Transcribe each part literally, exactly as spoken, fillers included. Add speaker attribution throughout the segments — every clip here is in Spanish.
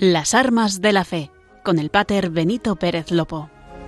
Speaker 1: Las armas de la fe, con el páter Benito Pérez Lopo.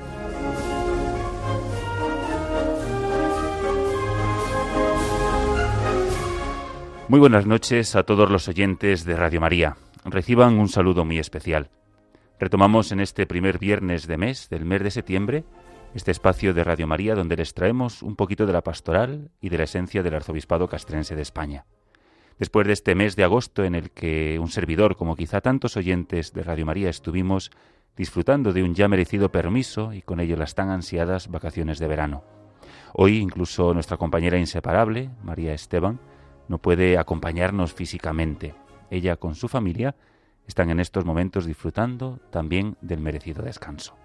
Speaker 2: Muy buenas noches a todos los oyentes de Radio María. Reciban un saludo muy especial. Retomamos en este primer viernes de mes, del mes de septiembre, este espacio de Radio María donde les traemos un poquito de la pastoral y de la esencia del Arzobispado Castrense de España. Después de este mes de agosto en el que un servidor, como quizá tantos oyentes de Radio María, estuvimos disfrutando de un ya merecido permiso y con ello las tan ansiadas vacaciones de verano. Hoy incluso nuestra compañera inseparable, María Esteban, no puede acompañarnos físicamente. Ella con su familia están en estos momentos disfrutando también del merecido descanso.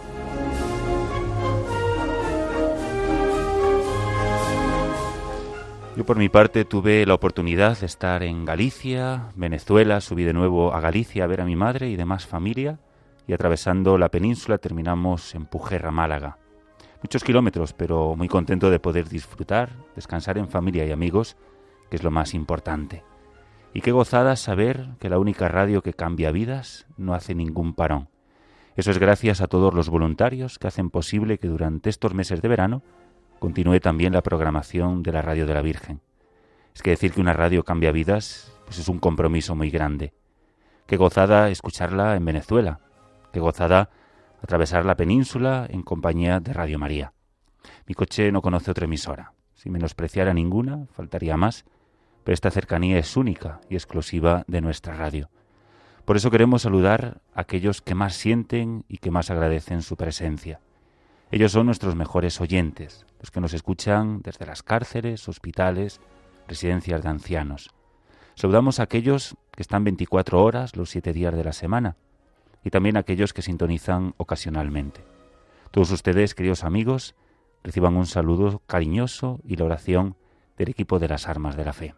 Speaker 2: Yo por mi parte tuve la oportunidad de estar en Galicia, Venezuela, subí de nuevo a Galicia a ver a mi madre y demás familia y atravesando la península terminamos en Pujerra, Málaga. Muchos kilómetros, pero muy contento de poder disfrutar, descansar en familia y amigos, que es lo más importante. Y qué gozada saber que la única radio que cambia vidas no hace ningún parón. Eso es gracias a todos los voluntarios que hacen posible que durante estos meses de verano continúe también la programación de la Radio de la Virgen. Es que decir que una radio cambia vidas, pues es un compromiso muy grande. Qué gozada escucharla en Venezuela, qué gozada atravesar la península en compañía de Radio María. Mi coche no conoce otra emisora. Si menospreciara ninguna, faltaría más, pero esta cercanía es única y exclusiva de nuestra radio. Por eso queremos saludar a aquellos que más sienten y que más agradecen su presencia. Ellos son nuestros mejores oyentes, los que nos escuchan desde las cárceles, hospitales, residencias de ancianos. Saludamos a aquellos que están veinticuatro horas los siete días de la semana y también a aquellos que sintonizan ocasionalmente. Todos ustedes, queridos amigos, reciban un saludo cariñoso y la oración del equipo de las Armas de la Fe.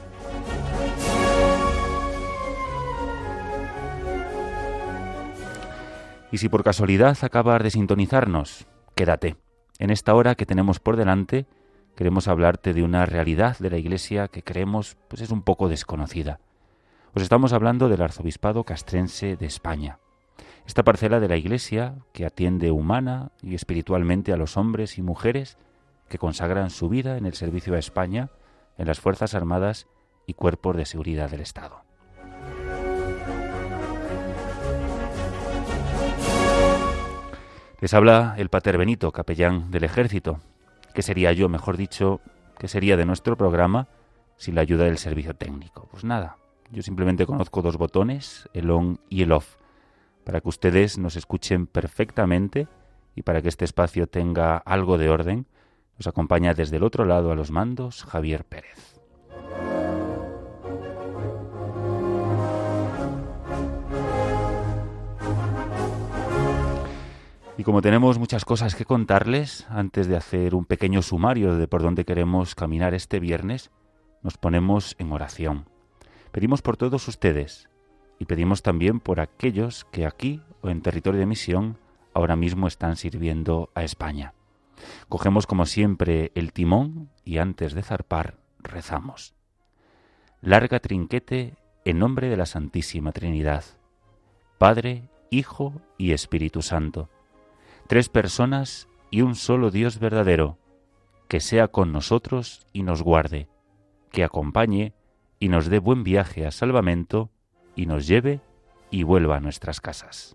Speaker 2: Y si por casualidad acabas de sintonizarnos, quédate. En esta hora que tenemos por delante, queremos hablarte de una realidad de la Iglesia que creemos pues es un poco desconocida. Os estamos hablando del Arzobispado Castrense de España. Esta parcela de la Iglesia que atiende humana y espiritualmente a los hombres y mujeres que consagran su vida en el servicio a España, en las Fuerzas Armadas y cuerpos de seguridad del Estado. Les habla el páter Benito, capellán del Ejército. ¿Qué sería yo, mejor dicho, qué sería de nuestro programa sin la ayuda del servicio técnico? Pues nada, yo simplemente conozco dos botones, el on y el off, para que ustedes nos escuchen perfectamente y para que este espacio tenga algo de orden. Nos acompaña desde el otro lado a los mandos Javier Pérez. Y como tenemos muchas cosas que contarles, antes de hacer un pequeño sumario de por dónde queremos caminar este viernes, nos ponemos en oración. Pedimos por todos ustedes y pedimos también por aquellos que aquí o en territorio de misión ahora mismo están sirviendo a España. Cogemos como siempre el timón y antes de zarpar rezamos. Larga trinquete en nombre de la Santísima Trinidad, Padre, Hijo y Espíritu Santo. Tres personas y un solo Dios verdadero, que sea con nosotros y nos guarde, que acompañe y nos dé buen viaje a salvamento y nos lleve y vuelva a nuestras casas.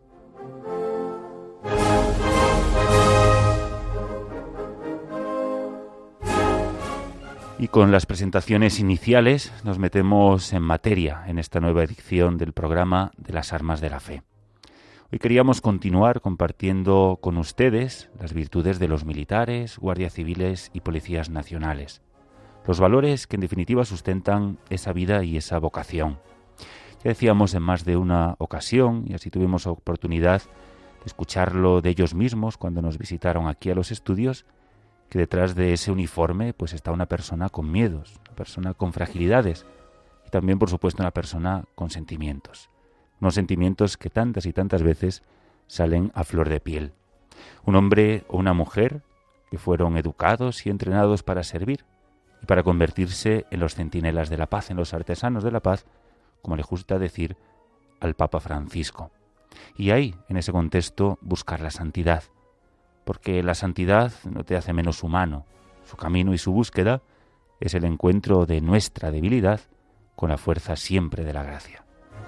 Speaker 2: Y con las presentaciones iniciales nos metemos en materia en esta nueva edición del programa de las Armas de la Fe. Hoy queríamos continuar compartiendo con ustedes las virtudes de los militares, guardias civiles y policías nacionales. Los valores que en definitiva sustentan esa vida y esa vocación. Ya decíamos en más de una ocasión, y así tuvimos oportunidad de escucharlo de ellos mismos cuando nos visitaron aquí a los estudios, que detrás de ese uniforme pues está una persona con miedos, una persona con fragilidades y también por supuesto una persona con sentimientos. Unos sentimientos que tantas y tantas veces salen a flor de piel. Un hombre o una mujer que fueron educados y entrenados para servir y para convertirse en los centinelas de la paz, en los artesanos de la paz, como le gusta decir al Papa Francisco. Y ahí, en ese contexto, buscar la santidad, porque la santidad no te hace menos humano. Su camino y su búsqueda es el encuentro de nuestra debilidad con la fuerza siempre de la gracia.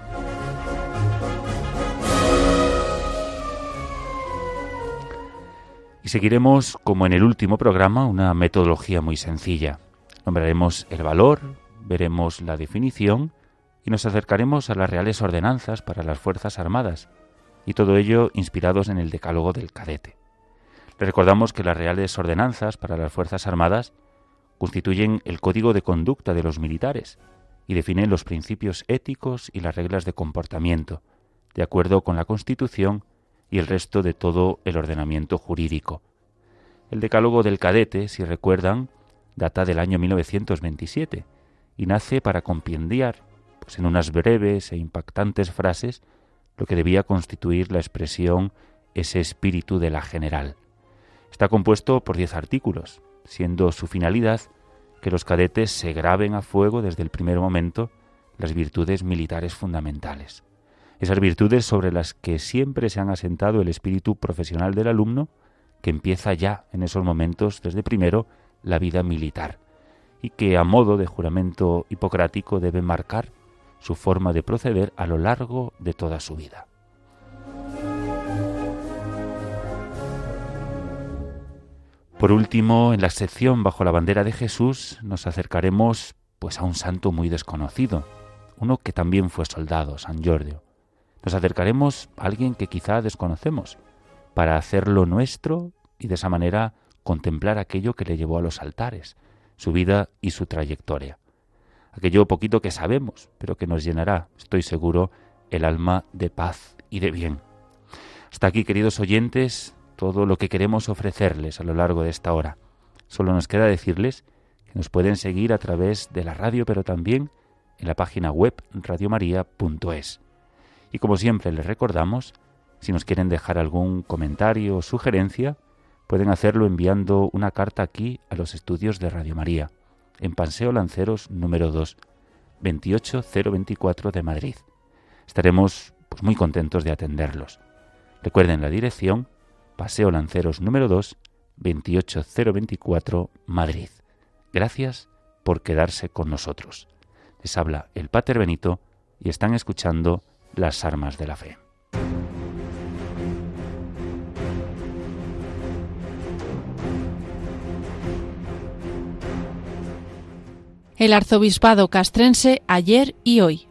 Speaker 2: Y seguiremos, como en el último programa, una metodología muy sencilla. Nombraremos el valor, veremos la definición y nos acercaremos a las reales ordenanzas para las Fuerzas Armadas, y todo ello inspirados en el Decálogo del Cadete. Le recordamos que las reales ordenanzas para las Fuerzas Armadas constituyen el código de conducta de los militares y definen los principios éticos y las reglas de comportamiento, de acuerdo con la Constitución y el resto de todo el ordenamiento jurídico. El Decálogo del Cadete, si recuerdan, data del año mil novecientos veintisiete y nace para compendiar, pues en unas breves e impactantes frases, lo que debía constituir la expresión ese espíritu de la general. Está compuesto por diez artículos, siendo su finalidad que los cadetes se graben a fuego desde el primer momento las virtudes militares fundamentales. Esas virtudes sobre las que siempre se han asentado el espíritu profesional del alumno, que empieza ya en esos momentos desde primero la vida militar, y que a modo de juramento hipocrático debe marcar su forma de proceder a lo largo de toda su vida. Por último, en la sección Bajo la bandera de Jesús nos acercaremos pues a un santo muy desconocido, uno que también fue soldado, San Giorgio. Nos acercaremos a alguien que quizá desconocemos, para hacerlo nuestro y de esa manera contemplar aquello que le llevó a los altares, su vida y su trayectoria. Aquello poquito que sabemos, pero que nos llenará, estoy seguro, el alma de paz y de bien. Hasta aquí, queridos oyentes, todo lo que queremos ofrecerles a lo largo de esta hora. Solo nos queda decirles que nos pueden seguir a través de la radio, pero también en la página web radio maría punto es. Y como siempre les recordamos, si nos quieren dejar algún comentario o sugerencia, pueden hacerlo enviando una carta aquí a los estudios de Radio María, en Paseo Lanceros número dos, veintiocho cero veinticuatro de Madrid. Estaremos pues, muy contentos de atenderlos. Recuerden la dirección, Paseo Lanceros número dos, veintiocho cero veinticuatro, Madrid. Gracias por quedarse con nosotros. Les habla el Pater Benito y están escuchando Las Armas de la Fe.
Speaker 3: El arzobispado castrense ayer y hoy.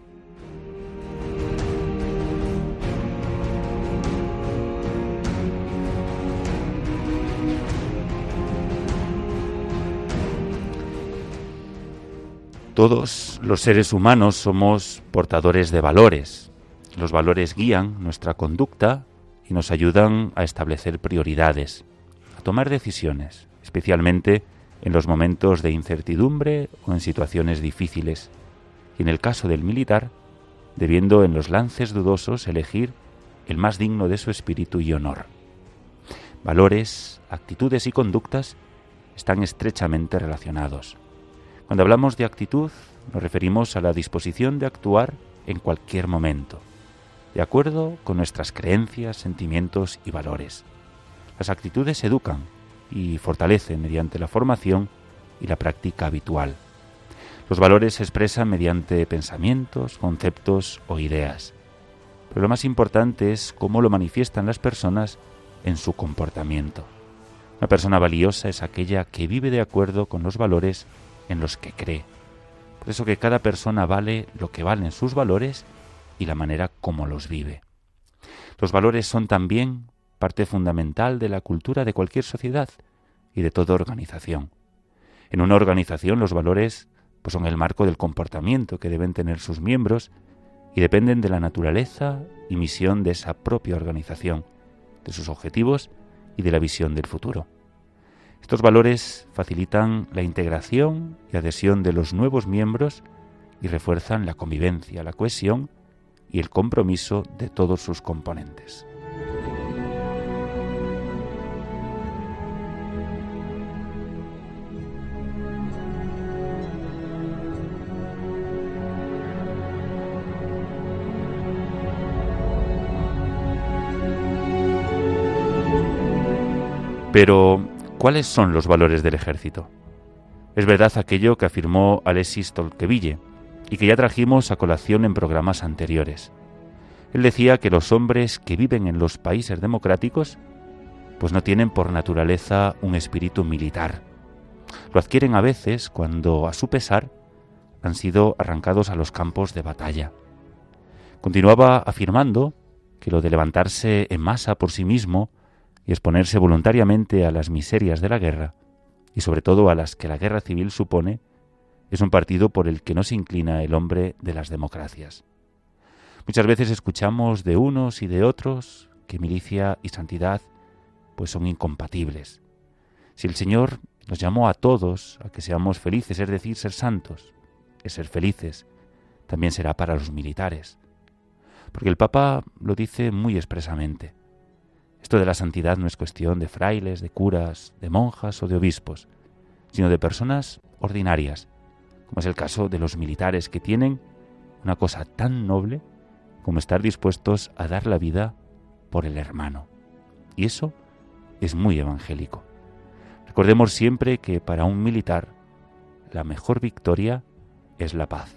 Speaker 2: Todos los seres humanos somos portadores de valores. Los valores guían nuestra conducta y nos ayudan a establecer prioridades, a tomar decisiones, especialmente en los momentos de incertidumbre o en situaciones difíciles. Y en el caso del militar, debiendo en los lances dudosos elegir el más digno de su espíritu y honor. Valores, actitudes y conductas están estrechamente relacionados. Cuando hablamos de actitud, nos referimos a la disposición de actuar en cualquier momento, de acuerdo con nuestras creencias, sentimientos y valores. Las actitudes educan y fortalecen mediante la formación y la práctica habitual. Los valores se expresan mediante pensamientos, conceptos o ideas. Pero lo más importante es cómo lo manifiestan las personas en su comportamiento. Una persona valiosa es aquella que vive de acuerdo con los valores en los que cree. Por eso que cada persona vale lo que valen sus valores y la manera como los vive. Los valores son también parte fundamental de la cultura de cualquier sociedad y de toda organización. En una organización los valores pues, son el marco del comportamiento que deben tener sus miembros y dependen de la naturaleza y misión de esa propia organización, de sus objetivos y de la visión del futuro. Estos valores facilitan la integración y adhesión de los nuevos miembros y refuerzan la convivencia, la cohesión y el compromiso de todos sus componentes. Pero, ¿cuáles son los valores del ejército? Es verdad aquello que afirmó Alexis Tocqueville y que ya trajimos a colación en programas anteriores. Él decía que los hombres que viven en los países democráticos pues no tienen por naturaleza un espíritu militar. Lo adquieren a veces cuando, a su pesar, han sido arrancados a los campos de batalla. Continuaba afirmando que lo de levantarse en masa por sí mismo y exponerse voluntariamente a las miserias de la guerra, y sobre todo a las que la guerra civil supone, es un partido por el que no se inclina el hombre de las democracias. Muchas veces escuchamos de unos y de otros que milicia y santidad pues son incompatibles. Si el Señor nos llamó a todos a que seamos felices, es decir, ser santos, es ser felices, también será para los militares. Porque el Papa lo dice muy expresamente. Esto de la santidad no es cuestión de frailes, de curas, de monjas o de obispos, sino de personas ordinarias, como es el caso de los militares que tienen una cosa tan noble como estar dispuestos a dar la vida por el hermano. Y eso es muy evangélico. Recordemos siempre que para un militar la mejor victoria es la paz.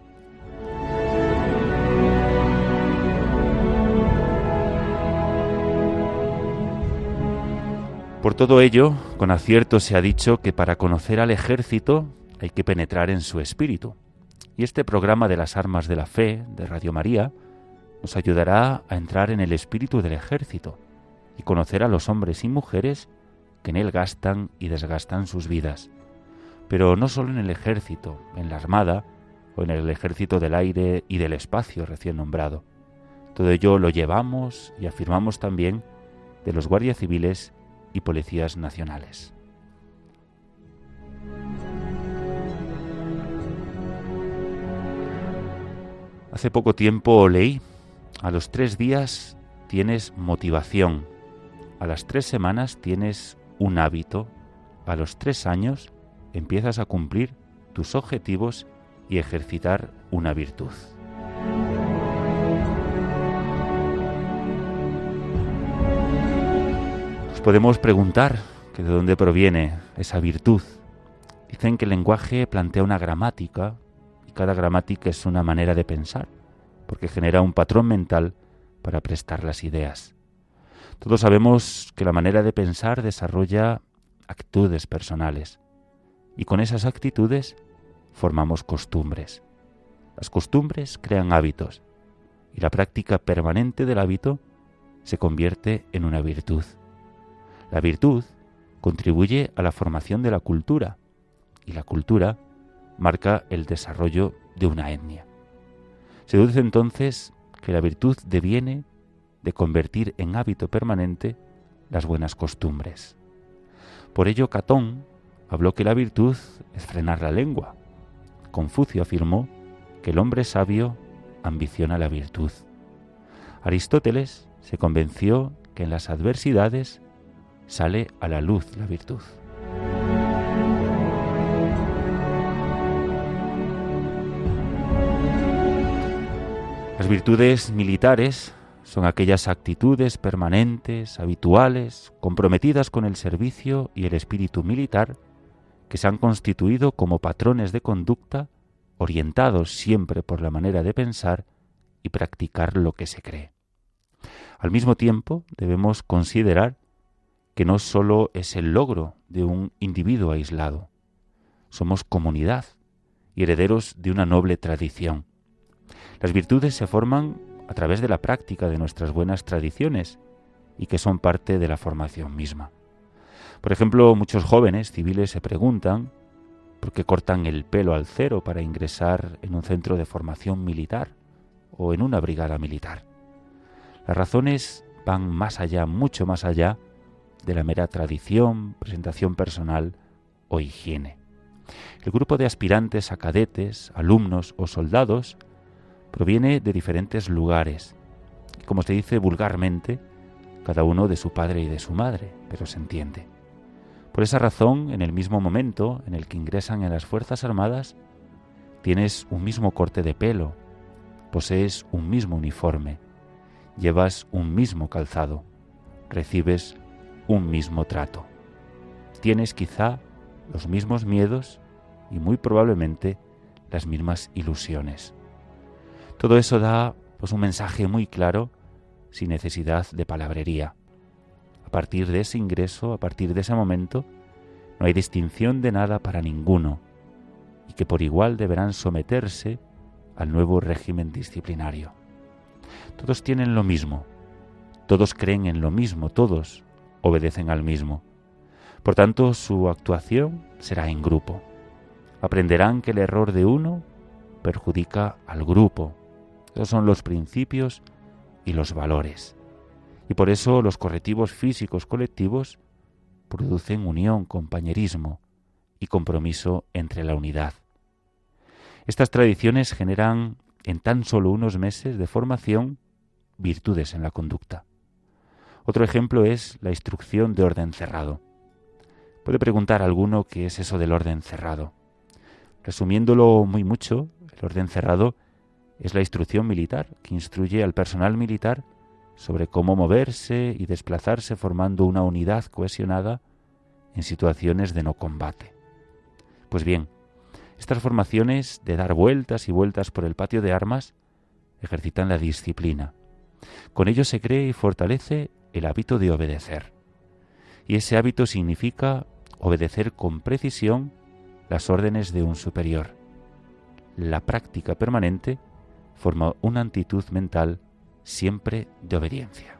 Speaker 2: Por todo ello, con acierto se ha dicho que para conocer al ejército hay que penetrar en su espíritu. Y este programa de las armas de la fe de Radio María nos ayudará a entrar en el espíritu del ejército y conocer a los hombres y mujeres que en él gastan y desgastan sus vidas. Pero no solo en el ejército, en la armada o en el ejército del aire y del espacio recién nombrado. Todo ello lo llevamos y afirmamos también de los guardias civiles y policías nacionales. Hace poco tiempo leí: a los tres días tienes motivación, a las tres semanas tienes un hábito, a los tres años empiezas a cumplir tus objetivos y ejercitar una virtud. Nos podemos preguntar que de dónde proviene esa virtud. Dicen que el lenguaje plantea una gramática y cada gramática es una manera de pensar, porque genera un patrón mental para prestar las ideas. Todos sabemos que la manera de pensar desarrolla actitudes personales y con esas actitudes formamos costumbres. Las costumbres crean hábitos y la práctica permanente del hábito se convierte en una virtud. La virtud contribuye a la formación de la cultura y la cultura marca el desarrollo de una etnia. Se deduce entonces que la virtud deviene de convertir en hábito permanente las buenas costumbres. Por ello, Catón habló que la virtud es frenar la lengua. Confucio afirmó que el hombre sabio ambiciona la virtud. Aristóteles se convenció que en las adversidades sale a la luz la virtud. Las virtudes militares son aquellas actitudes permanentes, habituales, comprometidas con el servicio y el espíritu militar, que se han constituido como patrones de conducta orientados siempre por la manera de pensar y practicar lo que se cree. Al mismo tiempo, debemos considerar que no solo es el logro de un individuo aislado, somos comunidad y herederos de una noble tradición. Las virtudes se forman a través de la práctica de nuestras buenas tradiciones y que son parte de la formación misma. Por ejemplo, muchos jóvenes civiles se preguntan por qué cortan el pelo al cero para ingresar en un centro de formación militar o en una brigada militar. Las razones van más allá, mucho más allá de la mera tradición, presentación personal o higiene. El grupo de aspirantes a cadetes, alumnos o soldados proviene de diferentes lugares, y como se dice vulgarmente, cada uno de su padre y de su madre, pero se entiende. Por esa razón, en el mismo momento en el que ingresan en las Fuerzas Armadas, tienes un mismo corte de pelo, posees un mismo uniforme, llevas un mismo calzado, recibes un mismo trato. Tienes quizá los mismos miedos y muy probablemente las mismas ilusiones. Todo eso da pues un mensaje muy claro, sin necesidad de palabrería. A partir de ese ingreso, a partir de ese momento, no hay distinción de nada para ninguno, y que por igual deberán someterse al nuevo régimen disciplinario. Todos tienen lo mismo, todos creen en lo mismo, todos obedecen al mismo. Por tanto, su actuación será en grupo. Aprenderán que el error de uno perjudica al grupo. Esos son los principios y los valores. Y por eso los correctivos físicos colectivos producen unión, compañerismo y compromiso entre la unidad. Estas tradiciones generan en tan solo unos meses de formación virtudes en la conducta. Otro ejemplo es la instrucción de orden cerrado. Puede preguntar a alguno qué es eso del orden cerrado. Resumiéndolo muy mucho, el orden cerrado es la instrucción militar que instruye al personal militar sobre cómo moverse y desplazarse formando una unidad cohesionada en situaciones de no combate. Pues bien, estas formaciones de dar vueltas y vueltas por el patio de armas ejercitan la disciplina. Con ello se cree y fortalece el hábito de obedecer. Y ese hábito significa obedecer con precisión las órdenes de un superior. La práctica permanente forma una actitud mental siempre de obediencia.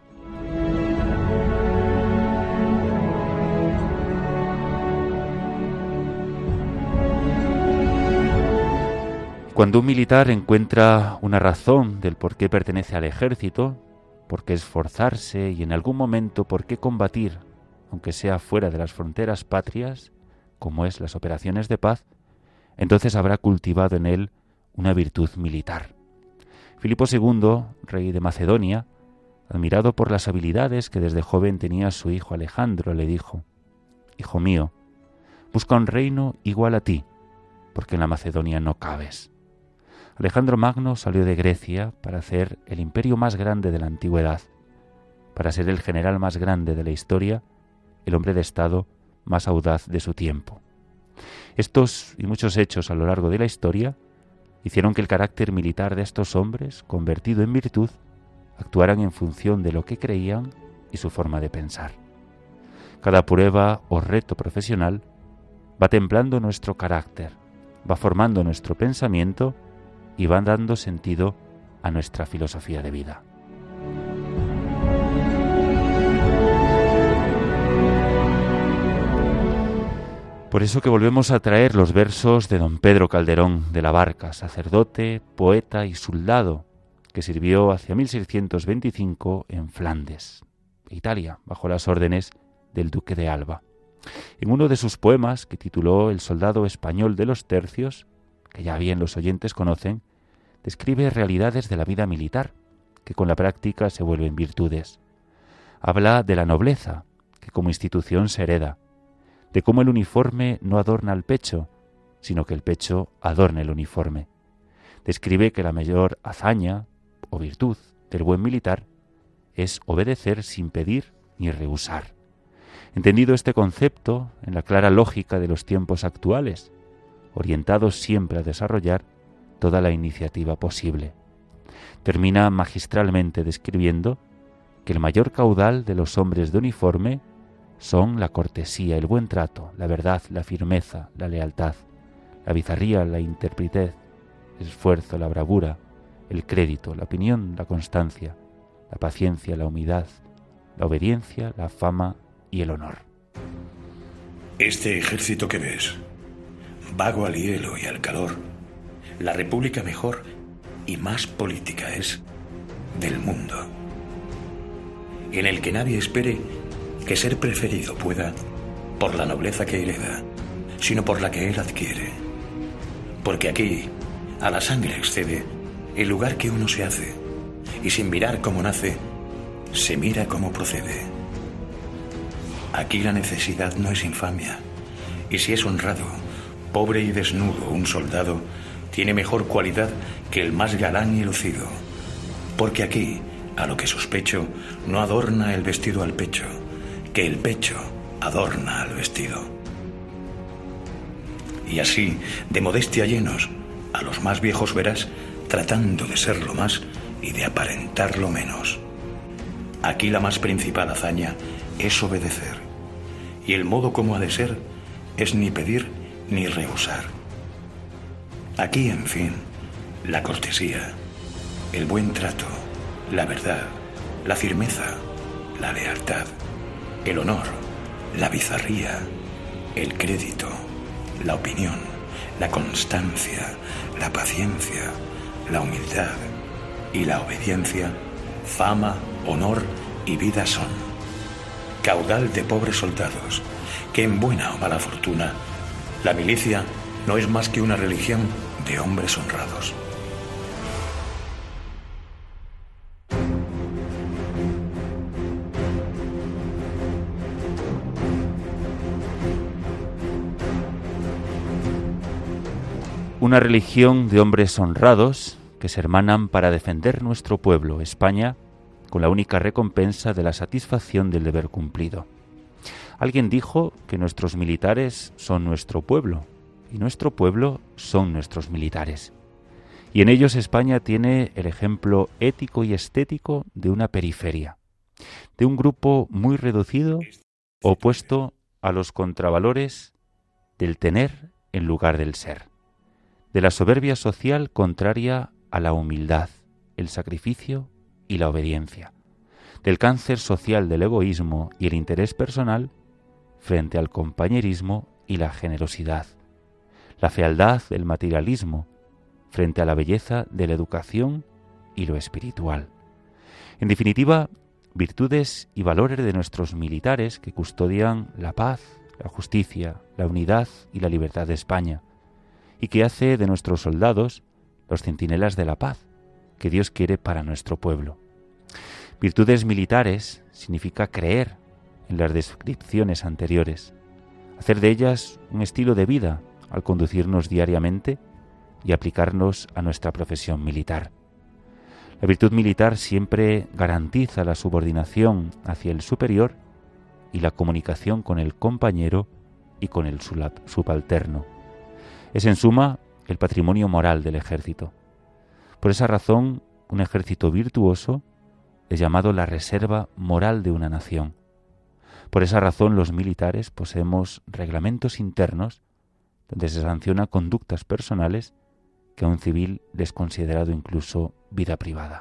Speaker 2: Cuando un militar encuentra una razón del por qué pertenece al ejército, por qué esforzarse y en algún momento por qué combatir, aunque sea fuera de las fronteras patrias, como es las operaciones de paz, entonces habrá cultivado en él una virtud militar. Filipo segundo, rey de Macedonia, admirado por las habilidades que desde joven tenía su hijo Alejandro, le dijo: «Hijo mío, busca un reino igual a ti, porque en la Macedonia no cabes». Alejandro Magno salió de Grecia para hacer el imperio más grande de la antigüedad, para ser el general más grande de la historia, el hombre de Estado más audaz de su tiempo. Estos y muchos hechos a lo largo de la historia hicieron que el carácter militar de estos hombres, convertido en virtud, actuaran en función de lo que creían y su forma de pensar. Cada prueba o reto profesional va templando nuestro carácter, va formando nuestro pensamiento y va dando sentido a nuestra filosofía de vida. Por eso que volvemos a traer los versos de don Pedro Calderón de la Barca, sacerdote, poeta y soldado, que sirvió hacia mil seiscientos veinticinco en Flandes, Italia, bajo las órdenes del duque de Alba. En uno de sus poemas, que tituló El soldado español de los tercios, que ya bien los oyentes conocen, describe realidades de la vida militar, que con la práctica se vuelven virtudes. Habla de la nobleza, que como institución se hereda, de cómo el uniforme no adorna el pecho, sino que el pecho adorna el uniforme. Describe que la mayor hazaña o virtud del buen militar es obedecer sin pedir ni rehusar. Entendido este concepto en la clara lógica de los tiempos actuales, orientados siempre a desarrollar toda la iniciativa posible. Termina magistralmente describiendo que el mayor caudal de los hombres de uniforme son la cortesía, el buen trato, la verdad, la firmeza, la lealtad, la bizarría, la intrepidez, el esfuerzo, la bravura, el crédito, la opinión, la constancia, la paciencia, la humildad, la obediencia, la fama y el honor.
Speaker 4: Este ejército que ves, vago al hielo y al calor, la república mejor y más política es del mundo, en el que nadie espere que ser preferido pueda por la nobleza que hereda, sino por la que él adquiere. Porque aquí a la sangre excede el lugar que uno se hace, y sin mirar cómo nace, se mira cómo procede. Aquí la necesidad no es infamia, y si es honrado, pobre y desnudo un soldado, tiene mejor cualidad que el más galán y lucido. Porque aquí, a lo que sospecho, no adorna el vestido al pecho, que el pecho adorna al vestido. Y así, de modestia llenos, a los más viejos verás tratando de ser lo más y de aparentar lo menos. Aquí la más principal hazaña es obedecer, y el modo como ha de ser es ni pedir ni rehusar. Aquí, en fin, la cortesía, el buen trato, la verdad, la firmeza, la lealtad, el honor, la bizarría, el crédito, la opinión, la constancia, la paciencia, la humildad y la obediencia, fama, honor y vida son. Caudal de pobres soldados, que en buena o mala fortuna, la milicia no es más que una religión de hombres honrados.
Speaker 2: Una religión de hombres honrados que se hermanan para defender nuestro pueblo, España, con la única recompensa de la satisfacción del deber cumplido. Alguien dijo que nuestros militares son nuestro pueblo y nuestro pueblo son nuestros militares. Y en ellos España tiene el ejemplo ético y estético de una periferia, de un grupo muy reducido, opuesto a los contravalores del tener en lugar del ser, de la soberbia social contraria a la humildad, el sacrificio y la obediencia, del cáncer social del egoísmo y el interés personal frente al compañerismo y la generosidad, la fealdad del materialismo frente a la belleza de la educación y lo espiritual. En definitiva, virtudes y valores de nuestros militares que custodian la paz, la justicia, la unidad y la libertad de España, y que hace de nuestros soldados los centinelas de la paz que Dios quiere para nuestro pueblo. Virtudes militares significa creer en las descripciones anteriores, hacer de ellas un estilo de vida al conducirnos diariamente y aplicarnos a nuestra profesión militar. La virtud militar siempre garantiza la subordinación hacia el superior y la comunicación con el compañero y con el subalterno. Es en suma el patrimonio moral del ejército. Por esa razón, un ejército virtuoso es llamado la reserva moral de una nación. Por esa razón, los militares poseemos reglamentos internos donde se sanciona conductas personales que a un civil es considerado incluso vida privada.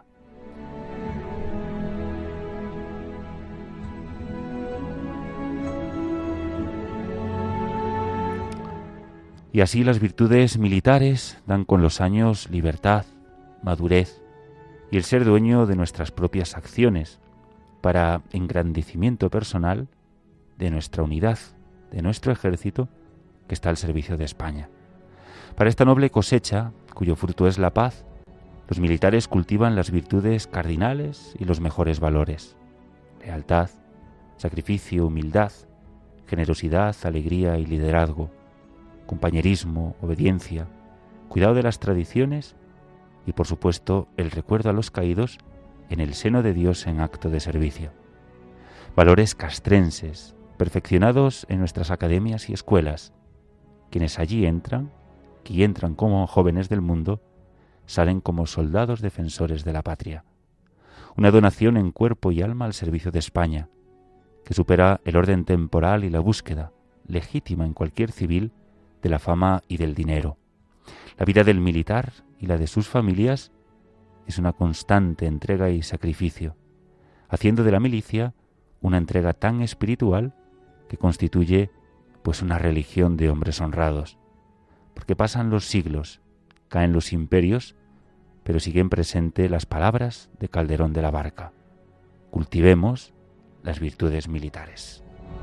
Speaker 2: Y así las virtudes militares dan con los años libertad, madurez y el ser dueño de nuestras propias acciones para engrandecimiento personal de nuestra unidad, de nuestro ejército que está al servicio de España. Para esta noble cosecha, cuyo fruto es la paz, los militares cultivan las virtudes cardinales y los mejores valores: lealtad, sacrificio, humildad, generosidad, alegría y liderazgo, compañerismo, obediencia, cuidado de las tradiciones y, por supuesto, el recuerdo a los caídos en el seno de Dios en acto de servicio. Valores castrenses, perfeccionados en nuestras academias y escuelas. Quienes allí entran, que entran como jóvenes del mundo, salen como soldados defensores de la patria. Una donación en cuerpo y alma al servicio de España, que supera el orden temporal y la búsqueda, legítima en cualquier civil, de la fama y del dinero. La vida del militar y la de sus familias es una constante entrega y sacrificio, haciendo de la milicia una entrega tan espiritual que constituye pues una religión de hombres honrados, porque pasan los siglos, caen los imperios, pero siguen presentes las palabras de Calderón de la Barca: cultivemos las virtudes militares.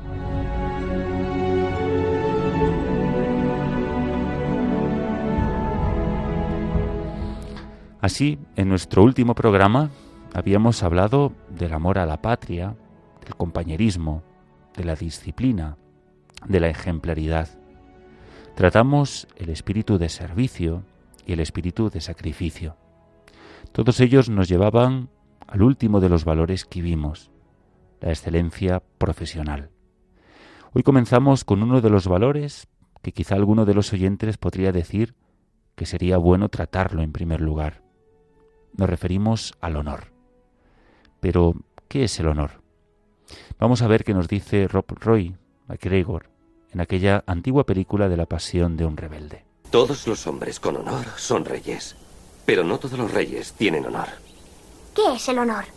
Speaker 2: Así, en nuestro último programa habíamos hablado del amor a la patria, del compañerismo, de la disciplina, de la ejemplaridad. Tratamos el espíritu de servicio y el espíritu de sacrificio. Todos ellos nos llevaban al último de los valores que vimos, la excelencia profesional. Hoy comenzamos con uno de los valores que quizá alguno de los oyentes podría decir que sería bueno tratarlo en primer lugar. Nos referimos al honor. Pero, ¿qué es el honor? Vamos a ver qué nos dice Rob Roy McGregor en aquella antigua película de la pasión de un rebelde.
Speaker 5: Todos los hombres con honor son reyes, pero no todos los reyes tienen honor.
Speaker 6: ¿Qué es el honor?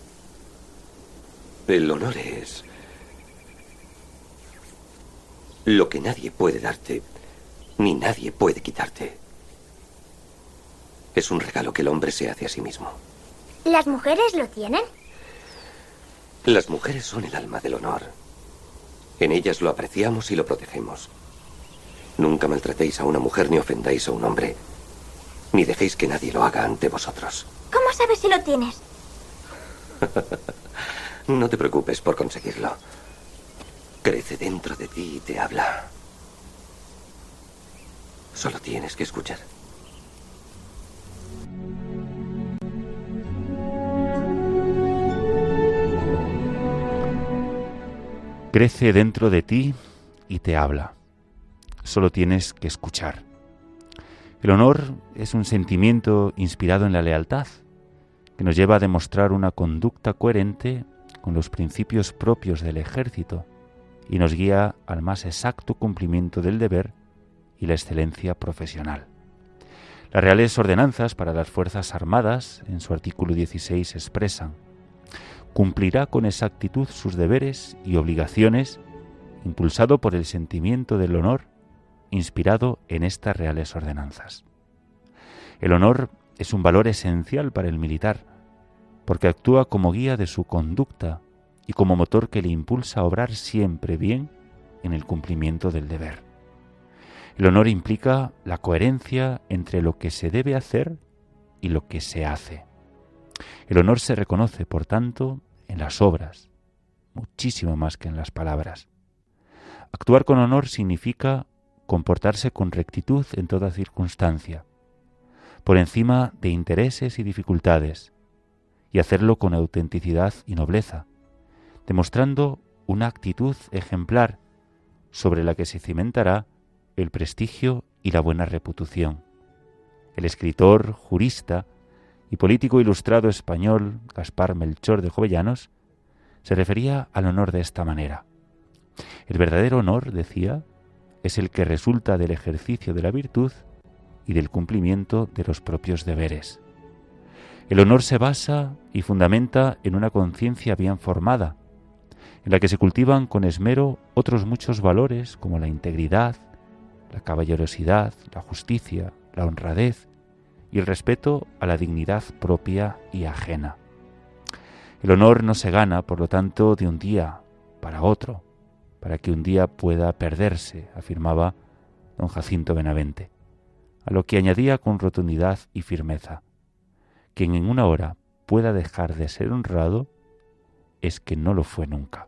Speaker 5: El honor es lo que nadie puede darte, ni nadie puede quitarte. Es un regalo que el hombre se hace a sí mismo.
Speaker 6: ¿Las mujeres lo tienen?
Speaker 5: Las mujeres son el alma del honor. En ellas lo apreciamos y lo protegemos. Nunca maltratéis a una mujer ni ofendáis a un hombre, ni dejéis que nadie lo haga ante vosotros.
Speaker 6: ¿Cómo sabes si lo tienes?
Speaker 5: No te preocupes por conseguirlo. Crece dentro de ti y te habla. Solo tienes que escuchar.
Speaker 2: Crece dentro de ti y te habla. Solo tienes que escuchar. El honor es un sentimiento inspirado en la lealtad, que nos lleva a demostrar una conducta coherente con los principios propios del ejército y nos guía al más exacto cumplimiento del deber y la excelencia profesional. Las Reales Ordenanzas para las Fuerzas Armadas, en su artículo dieciséis, expresan: cumplirá con exactitud sus deberes y obligaciones, impulsado por el sentimiento del honor, inspirado en estas Reales Ordenanzas. El honor es un valor esencial para el militar, porque actúa como guía de su conducta y como motor que le impulsa a obrar siempre bien en el cumplimiento del deber. El honor implica la coherencia entre lo que se debe hacer y lo que se hace. El honor se reconoce, por tanto, en las obras, muchísimo más que en las palabras. Actuar con honor significa comportarse con rectitud en toda circunstancia, por encima de intereses y dificultades, y hacerlo con autenticidad y nobleza, demostrando una actitud ejemplar sobre la que se cimentará el prestigio y la buena reputación. El escritor, jurista y político ilustrado español Gaspar Melchor de Jovellanos se refería al honor de esta manera: el verdadero honor, decía, es el que resulta del ejercicio de la virtud y del cumplimiento de los propios deberes. El honor se basa y fundamenta en una conciencia bien formada, en la que se cultivan con esmero otros muchos valores como la integridad, la caballerosidad, la justicia, la honradez y el respeto a la dignidad propia y ajena. El honor no se gana, por lo tanto, de un día para otro, para que un día pueda perderse, afirmaba don Jacinto Benavente, a lo que añadía con rotundidad y firmeza: quien en una hora pueda dejar de ser honrado es que no lo fue nunca.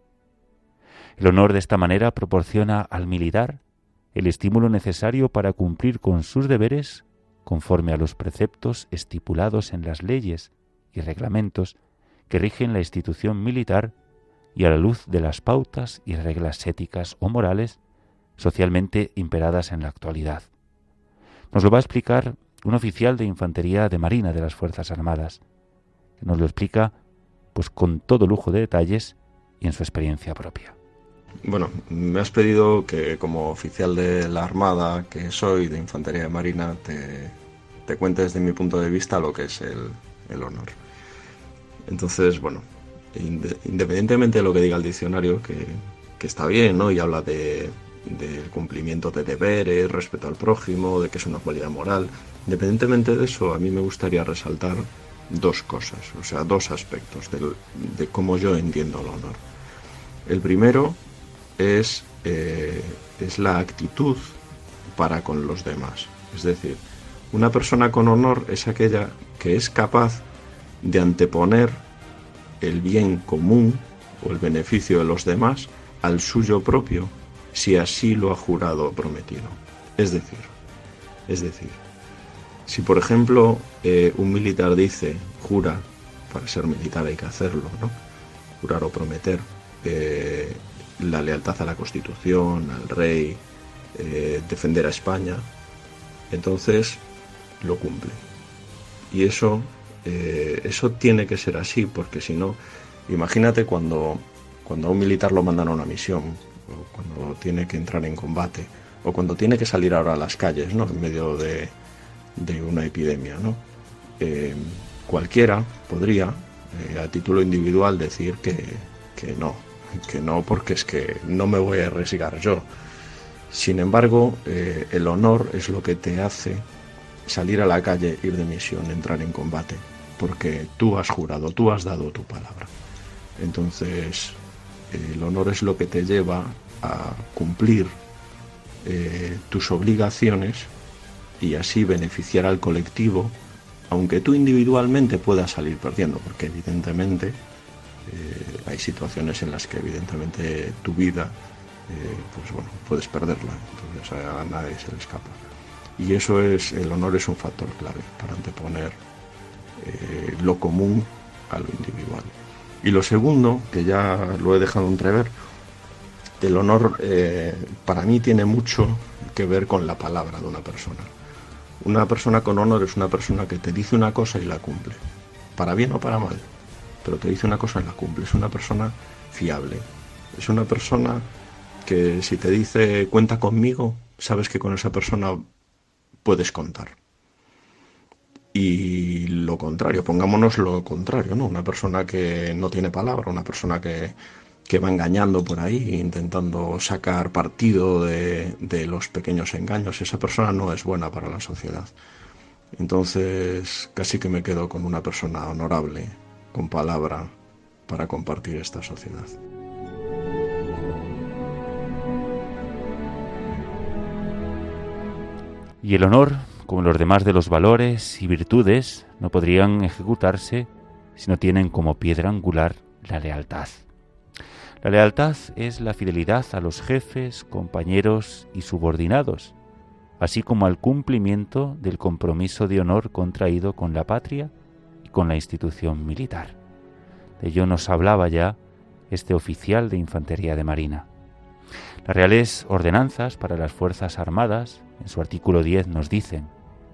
Speaker 2: El honor de esta manera proporciona al militar el estímulo necesario para cumplir con sus deberes conforme a los preceptos estipulados en las leyes y reglamentos que rigen la institución militar y a la luz de las pautas y reglas éticas o morales socialmente imperadas en la actualidad. Nos lo va a explicar un oficial de Infantería de Marina de las Fuerzas Armadas, que nos lo explica pues con todo lujo de detalles y en su experiencia propia.
Speaker 7: Bueno, me has pedido que como oficial de la Armada que soy, de Infantería de Marina, te, te cuente desde mi punto de vista lo que es el, el honor. Entonces, bueno, independientemente de lo que diga el diccionario, que, que está bien, ¿no? Y habla de, del cumplimiento de deberes, respeto al prójimo, de que es una cualidad moral. Independientemente de eso, a mí me gustaría resaltar dos cosas, o sea, dos aspectos de, de cómo yo entiendo el honor. El primero es, eh, es la actitud para con los demás. Es decir, una persona con honor es aquella que es capaz de anteponer el bien común o el beneficio de los demás al suyo propio, si así lo ha jurado o prometido. Es decir, es decir, si por ejemplo eh, un militar dice, jura, para ser militar hay que hacerlo, ¿no? Jurar o prometer, eh, la lealtad a la Constitución, al rey, eh, defender a España, entonces lo cumple. Y eso, eh, eso tiene que ser así, porque si no, imagínate cuando, cuando a un militar lo mandan a una misión, o cuando tiene que entrar en combate, o cuando tiene que salir ahora a las calles, ¿no?, en medio de, de una epidemia, ¿no? Eh, cualquiera podría, eh, a título individual, decir que, que no, que no, porque es que no me voy a arriesgar yo. Sin embargo, eh, el honor es lo que te hace salir a la calle, ir de misión, entrar en combate, porque tú has jurado, tú has dado tu palabra. Entonces, eh, el honor es lo que te lleva a cumplir eh, tus obligaciones y así beneficiar al colectivo, aunque tú individualmente puedas salir perdiendo, porque evidentemente eh, hay situaciones en las que evidentemente tu vida, eh, pues bueno, puedes perderla, entonces a nadie se le escapa. Y eso es, el honor es un factor clave para anteponer eh, lo común a lo individual. Y lo segundo, que ya lo he dejado entrever, el honor eh, para mí tiene mucho que ver con la palabra de una persona. Una persona con honor es una persona que te dice una cosa y la cumple, para bien o para mal, pero te dice una cosa y la cumple. Es una persona fiable, es una persona que si te dice cuenta conmigo, sabes que con esa persona puedes contar. Y lo contrario, pongámonos lo contrario, ¿no? Una persona que no tiene palabra, una persona que, que va engañando por ahí, intentando sacar partido de, de los pequeños engaños, esa persona no es buena para la sociedad. Entonces, casi que me quedo con una persona honorable, con palabra, para compartir esta sociedad.
Speaker 2: Y el honor, como los demás de los valores y virtudes, no podrían ejecutarse si no tienen como piedra angular la lealtad. La lealtad es la fidelidad a los jefes, compañeros y subordinados, así como al cumplimiento del compromiso de honor contraído con la patria y con la institución militar. De ello nos hablaba ya este oficial de Infantería de Marina. Las Reales Ordenanzas para las Fuerzas Armadas, en su artículo diez, nos dicen: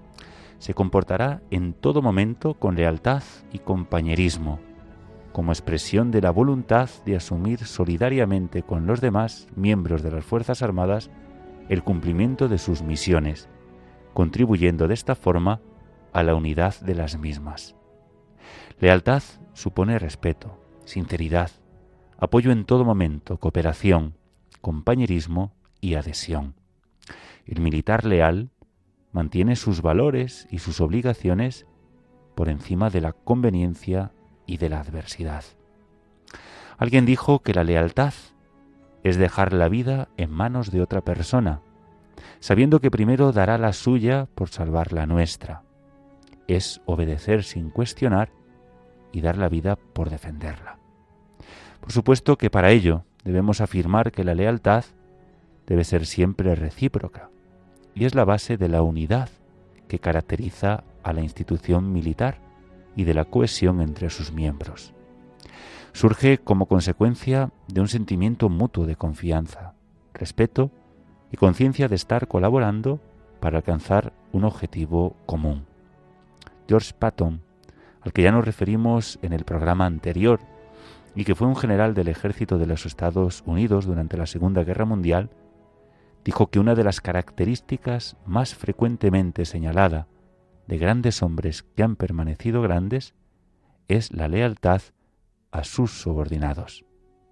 Speaker 2: se comportará en todo momento con lealtad y compañerismo, como expresión de la voluntad de asumir solidariamente con los demás miembros de las Fuerzas Armadas el cumplimiento de sus misiones, contribuyendo de esta forma a la unidad de las mismas. Lealtad supone respeto, sinceridad, apoyo en todo momento, cooperación, compañerismo y adhesión. El militar leal mantiene sus valores y sus obligaciones por encima de la conveniencia y de la adversidad. Alguien dijo que la lealtad es dejar la vida en manos de otra persona, sabiendo que primero dará la suya por salvar la nuestra. Es obedecer sin cuestionar y dar la vida por defenderla. Por supuesto que para ello debemos afirmar que la lealtad debe ser siempre recíproca, y es la base de la unidad que caracteriza a la institución militar y de la cohesión entre sus miembros. Surge como consecuencia de un sentimiento mutuo de confianza, respeto y conciencia de estar colaborando para alcanzar un objetivo común. George Patton, al que ya nos referimos en el programa anterior y que fue un general del ejército de los Estados Unidos durante la Segunda Guerra Mundial, dijo que una de las características más frecuentemente señalada de grandes hombres que han permanecido grandes es la lealtad a sus subordinados.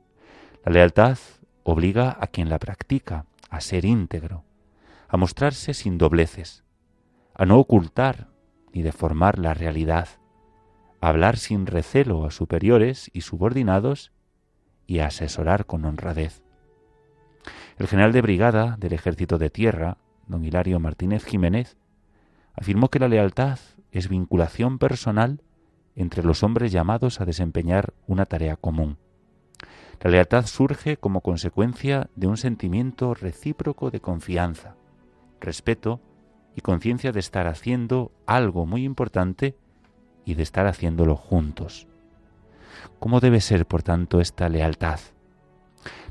Speaker 2: La lealtad obliga a quien la practica a ser íntegro, a mostrarse sin dobleces, a no ocultar ni deformar la realidad, a hablar sin recelo a superiores y subordinados y a asesorar con honradez. El general de brigada del Ejército de Tierra, don Hilario Martínez Jiménez, afirmó que la lealtad es vinculación personal entre los hombres llamados a desempeñar una tarea común. La lealtad surge como consecuencia de un sentimiento recíproco de confianza, respeto y conciencia de estar haciendo algo muy importante y de estar haciéndolo juntos. ¿Cómo debe ser, por tanto, esta lealtad?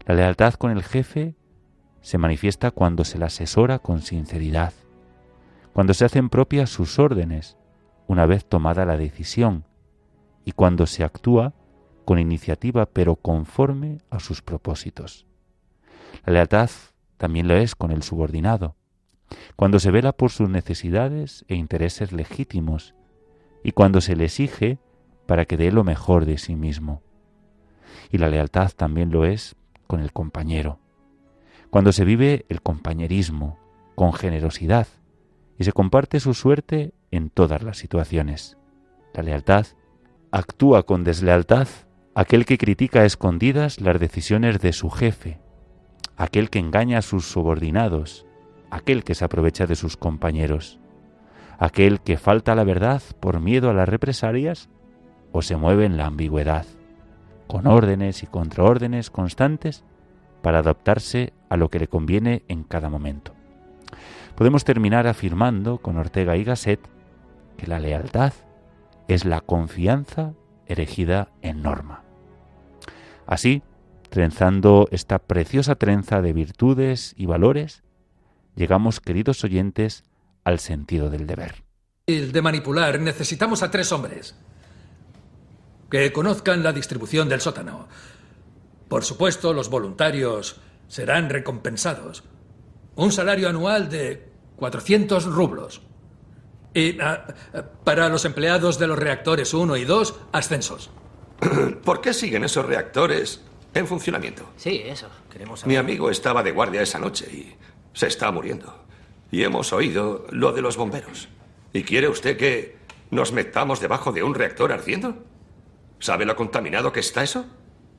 Speaker 2: La lealtad con el jefe se manifiesta cuando se le asesora con sinceridad, cuando se hacen propias sus órdenes una vez tomada la decisión y cuando se actúa con iniciativa pero conforme a sus propósitos. La lealtad también lo es con el subordinado, cuando se vela por sus necesidades e intereses legítimos y cuando se le exige para que dé lo mejor de sí mismo. Y la lealtad también lo es con el compañero, cuando se vive el compañerismo con generosidad y se comparte su suerte en todas las situaciones. La lealtad actúa con deslealtad aquel que critica a escondidas las decisiones de su jefe, aquel que engaña a sus subordinados, aquel que se aprovecha de sus compañeros, aquel que falta a la verdad por miedo a las represalias o se mueve en la ambigüedad, con órdenes y contraórdenes constantes para adaptarse a lo que le conviene en cada momento. Podemos terminar afirmando con Ortega y Gasset que la lealtad es la confianza erigida en norma. Así, trenzando esta preciosa trenza de virtudes y valores, llegamos, queridos oyentes, al sentido del deber.
Speaker 8: El de manipular, necesitamos a tres hombres que conozcan la distribución del sótano. Por supuesto, los voluntarios serán recompensados. Un salario anual de cuatrocientos rublos. Y uh, para los empleados de los reactores uno y dos, ascensos.
Speaker 5: ¿Por qué siguen esos reactores en funcionamiento?
Speaker 9: Sí, eso. Queremos saber.
Speaker 5: Mi amigo estaba de guardia esa noche y se está muriendo. Y hemos oído lo de los bomberos. ¿Y quiere usted que nos metamos debajo de un reactor ardiendo? ¿Sabe lo contaminado que está eso?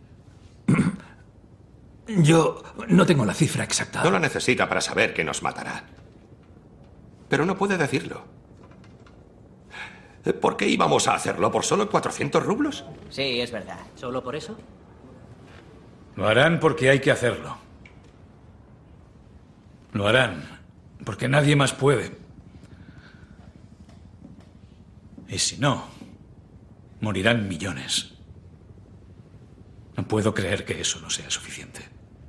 Speaker 8: Yo no tengo la cifra exacta.
Speaker 5: No la necesita para saber que nos matará. Pero no puede decirlo. ¿Por qué íbamos a hacerlo? ¿Por solo cuatrocientos rublos?
Speaker 9: Sí, es verdad. ¿Solo por eso?
Speaker 10: Lo harán porque hay que hacerlo. Lo harán porque nadie más puede. Y si no, morirán millones. No puedo creer que eso no sea suficiente.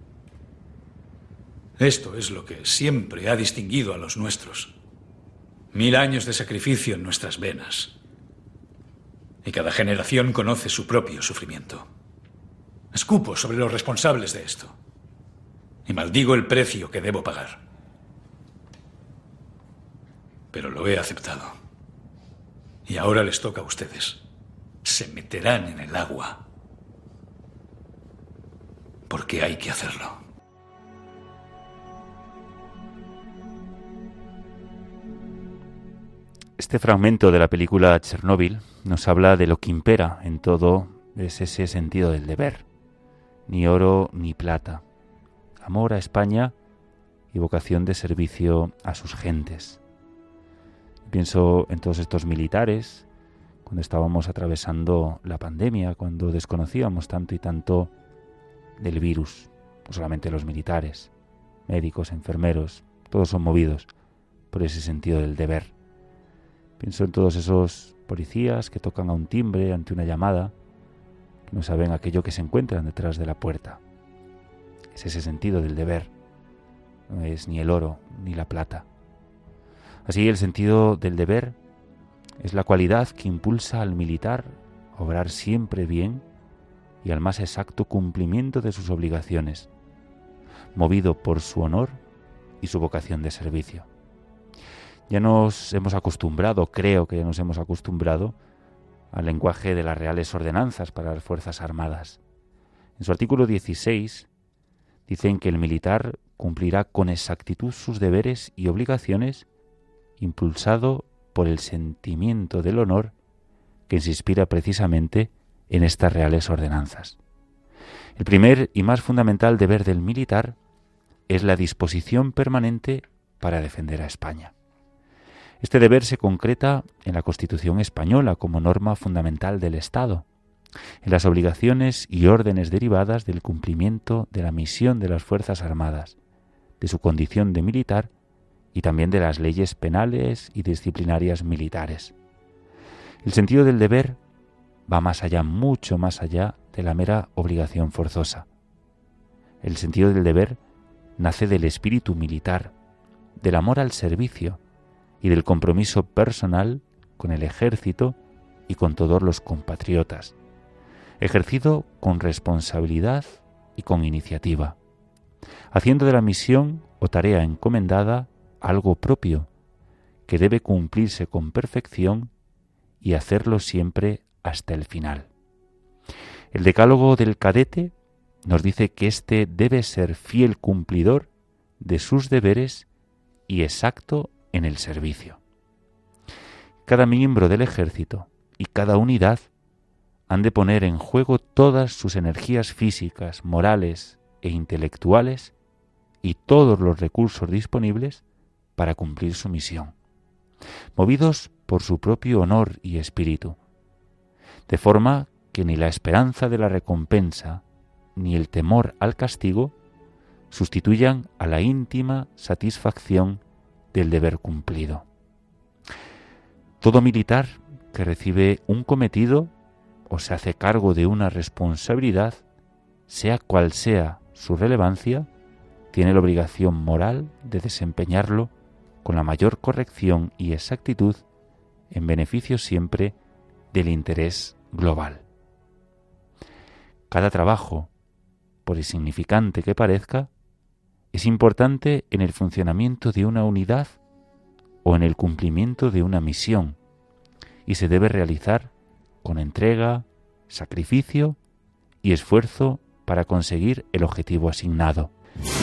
Speaker 10: Esto es lo que siempre ha distinguido a los nuestros. Mil años de sacrificio en nuestras venas. Y cada generación conoce su propio sufrimiento. Escupo sobre los responsables de esto. Y maldigo el precio que debo pagar. Pero lo he aceptado. Y ahora les toca a ustedes. Se meterán en el agua. Porque hay que hacerlo.
Speaker 2: Este fragmento de la película Chernóbil nos habla de lo que impera en todo, es ese sentido del deber. Ni oro ni plata. Amor a España y vocación de servicio a sus gentes. Pienso en todos estos militares, cuando estábamos atravesando la pandemia, cuando desconocíamos tanto y tanto del virus. No solamente los militares, médicos, enfermeros, todos son movidos por ese sentido del deber. Pienso en todos esos policías que tocan a un timbre ante una llamada, que no saben aquello que se encuentran detrás de la puerta. Es ese sentido del deber, no es ni el oro ni la plata. Así, el sentido del deber es la cualidad que impulsa al militar a obrar siempre bien y al más exacto cumplimiento de sus obligaciones, movido por su honor y su vocación de servicio. Ya nos hemos acostumbrado, creo que ya nos hemos acostumbrado al lenguaje de las Reales Ordenanzas para las Fuerzas Armadas. En su artículo dieciséis dicen que el militar cumplirá con exactitud sus deberes y obligaciones impulsado por el sentimiento del honor que se inspira precisamente en estas Reales Ordenanzas. El primer y más fundamental deber del militar es la disposición permanente para defender a España. Este deber se concreta en la Constitución española como norma fundamental del Estado, en las obligaciones y órdenes derivadas del cumplimiento de la misión de las Fuerzas Armadas, de su condición de militar y también de las leyes penales y disciplinarias militares. El sentido del deber va más allá, mucho más allá de la mera obligación forzosa. El sentido del deber nace del espíritu militar, del amor al servicio y del compromiso personal con el ejército y con todos los compatriotas, ejercido con responsabilidad y con iniciativa, haciendo de la misión o tarea encomendada algo propio, que debe cumplirse con perfección y hacerlo siempre hasta el final. El decálogo del cadete nos dice que éste debe ser fiel cumplidor de sus deberes y exacto en el servicio. Cada miembro del ejército y cada unidad han de poner en juego todas sus energías físicas, morales e intelectuales y todos los recursos disponibles para cumplir su misión, movidos por su propio honor y espíritu, de forma que ni la esperanza de la recompensa ni el temor al castigo sustituyan a la íntima satisfacción del deber cumplido. Todo militar que recibe un cometido o se hace cargo de una responsabilidad, sea cual sea su relevancia, tiene la obligación moral de desempeñarlo con la mayor corrección y exactitud en beneficio siempre del interés global. Cada trabajo, por insignificante que parezca, es importante en el funcionamiento de una unidad o en el cumplimiento de una misión y se debe realizar con entrega, sacrificio y esfuerzo para conseguir el objetivo asignado.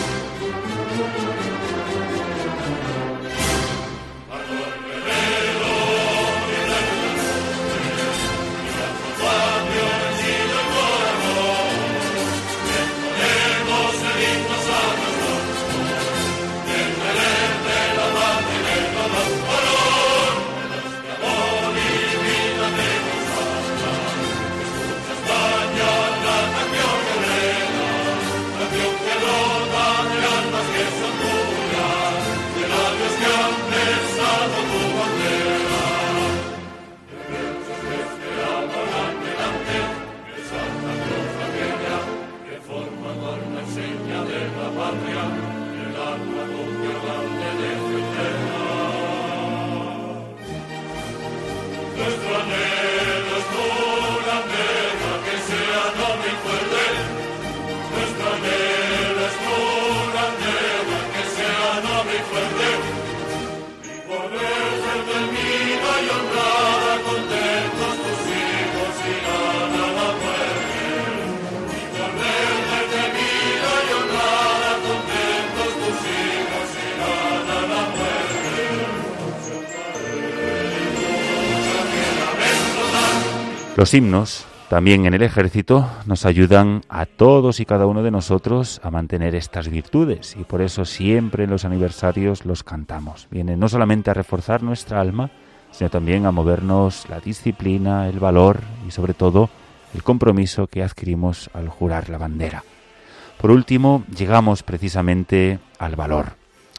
Speaker 2: Los himnos, también en el ejército, nos ayudan a todos y cada uno de nosotros a mantener estas virtudes y por eso siempre en los aniversarios los cantamos. Vienen no solamente a reforzar nuestra alma, sino también a movernos la disciplina, el valor y sobre todo el compromiso que adquirimos al jurar la bandera. Por último, llegamos precisamente al valor.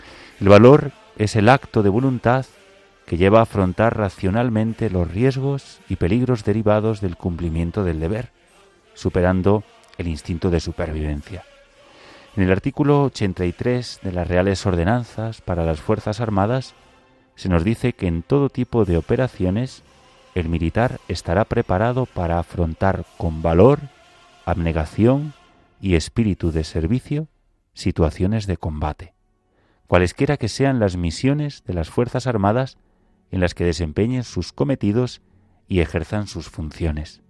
Speaker 2: El valor es el acto de voluntad que lleva a afrontar racionalmente los riesgos y peligros derivados del cumplimiento del deber, superando el instinto de supervivencia. En el artículo ochenta y tres de las Reales Ordenanzas para las Fuerzas Armadas se nos dice que en todo tipo de operaciones el militar estará preparado para afrontar con valor, abnegación y espíritu de servicio situaciones de combate, cualesquiera que sean las misiones de las Fuerzas Armadas en las que desempeñen sus cometidos y ejerzan sus funciones.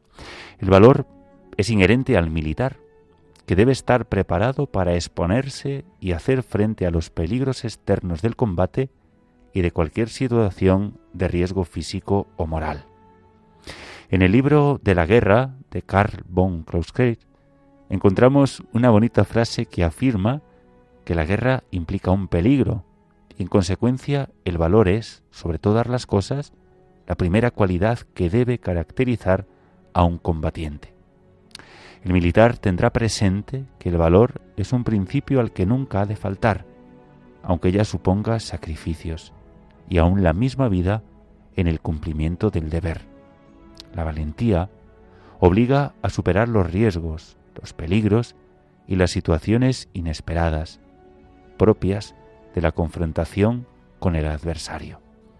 Speaker 2: El valor es inherente al militar, que debe estar preparado para exponerse y hacer frente a los peligros externos del combate y de cualquier situación de riesgo físico o moral. En el libro de la guerra de Karl von Clausewitz encontramos una bonita frase que afirma que la guerra implica un peligro y en consecuencia el valor es, sobre todas las cosas, la primera cualidad que debe caracterizar a un combatiente. El militar tendrá presente que el valor es un principio al que nunca ha de faltar, aunque ya suponga sacrificios y aún la misma vida en el cumplimiento del deber. La valentía obliga a superar los riesgos, los peligros y las situaciones inesperadas, propias de la confrontación con el adversario.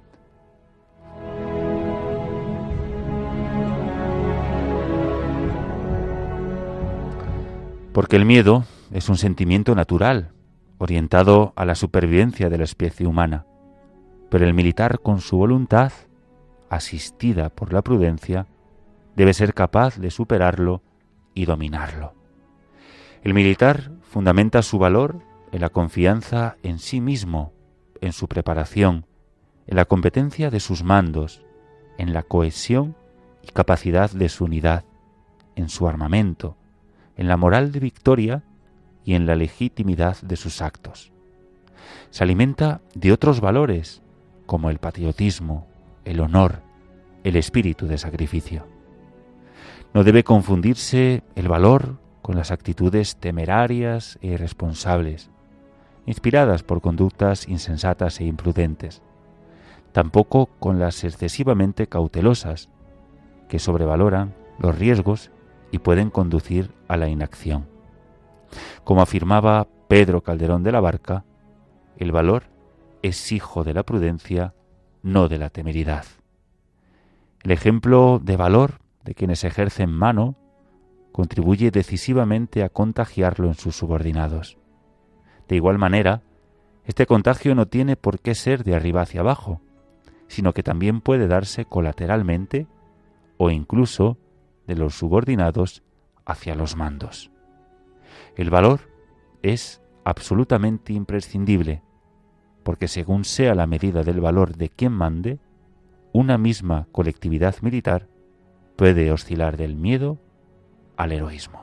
Speaker 2: Porque el miedo es un sentimiento natural, orientado a la supervivencia de la especie humana, pero el militar con su voluntad, asistida por la prudencia, debe ser capaz de superarlo y dominarlo. El militar fundamenta su valor en la confianza en sí mismo, en su preparación, en la competencia de sus mandos, en la cohesión y capacidad de su unidad, en su armamento, en la moral de victoria y en la legitimidad de sus actos. Se alimenta de otros valores, como el patriotismo, el honor, el espíritu de sacrificio. No debe confundirse el valor con las actitudes temerarias e irresponsables, inspiradas por conductas insensatas e imprudentes, tampoco con las excesivamente cautelosas, que sobrevaloran los riesgos y pueden conducir a la inacción. Como afirmaba Pedro Calderón de la Barca, el valor es hijo de la prudencia, no de la temeridad. El ejemplo de valor de quienes ejercen mano contribuye decisivamente a contagiarlo en sus subordinados. De igual manera, este contagio no tiene por qué ser de arriba hacia abajo, sino que también puede darse colateralmente o incluso de los subordinados hacia los mandos. El valor es absolutamente imprescindible, porque según sea la medida del valor de quien mande, una misma colectividad militar puede oscilar del miedo al heroísmo.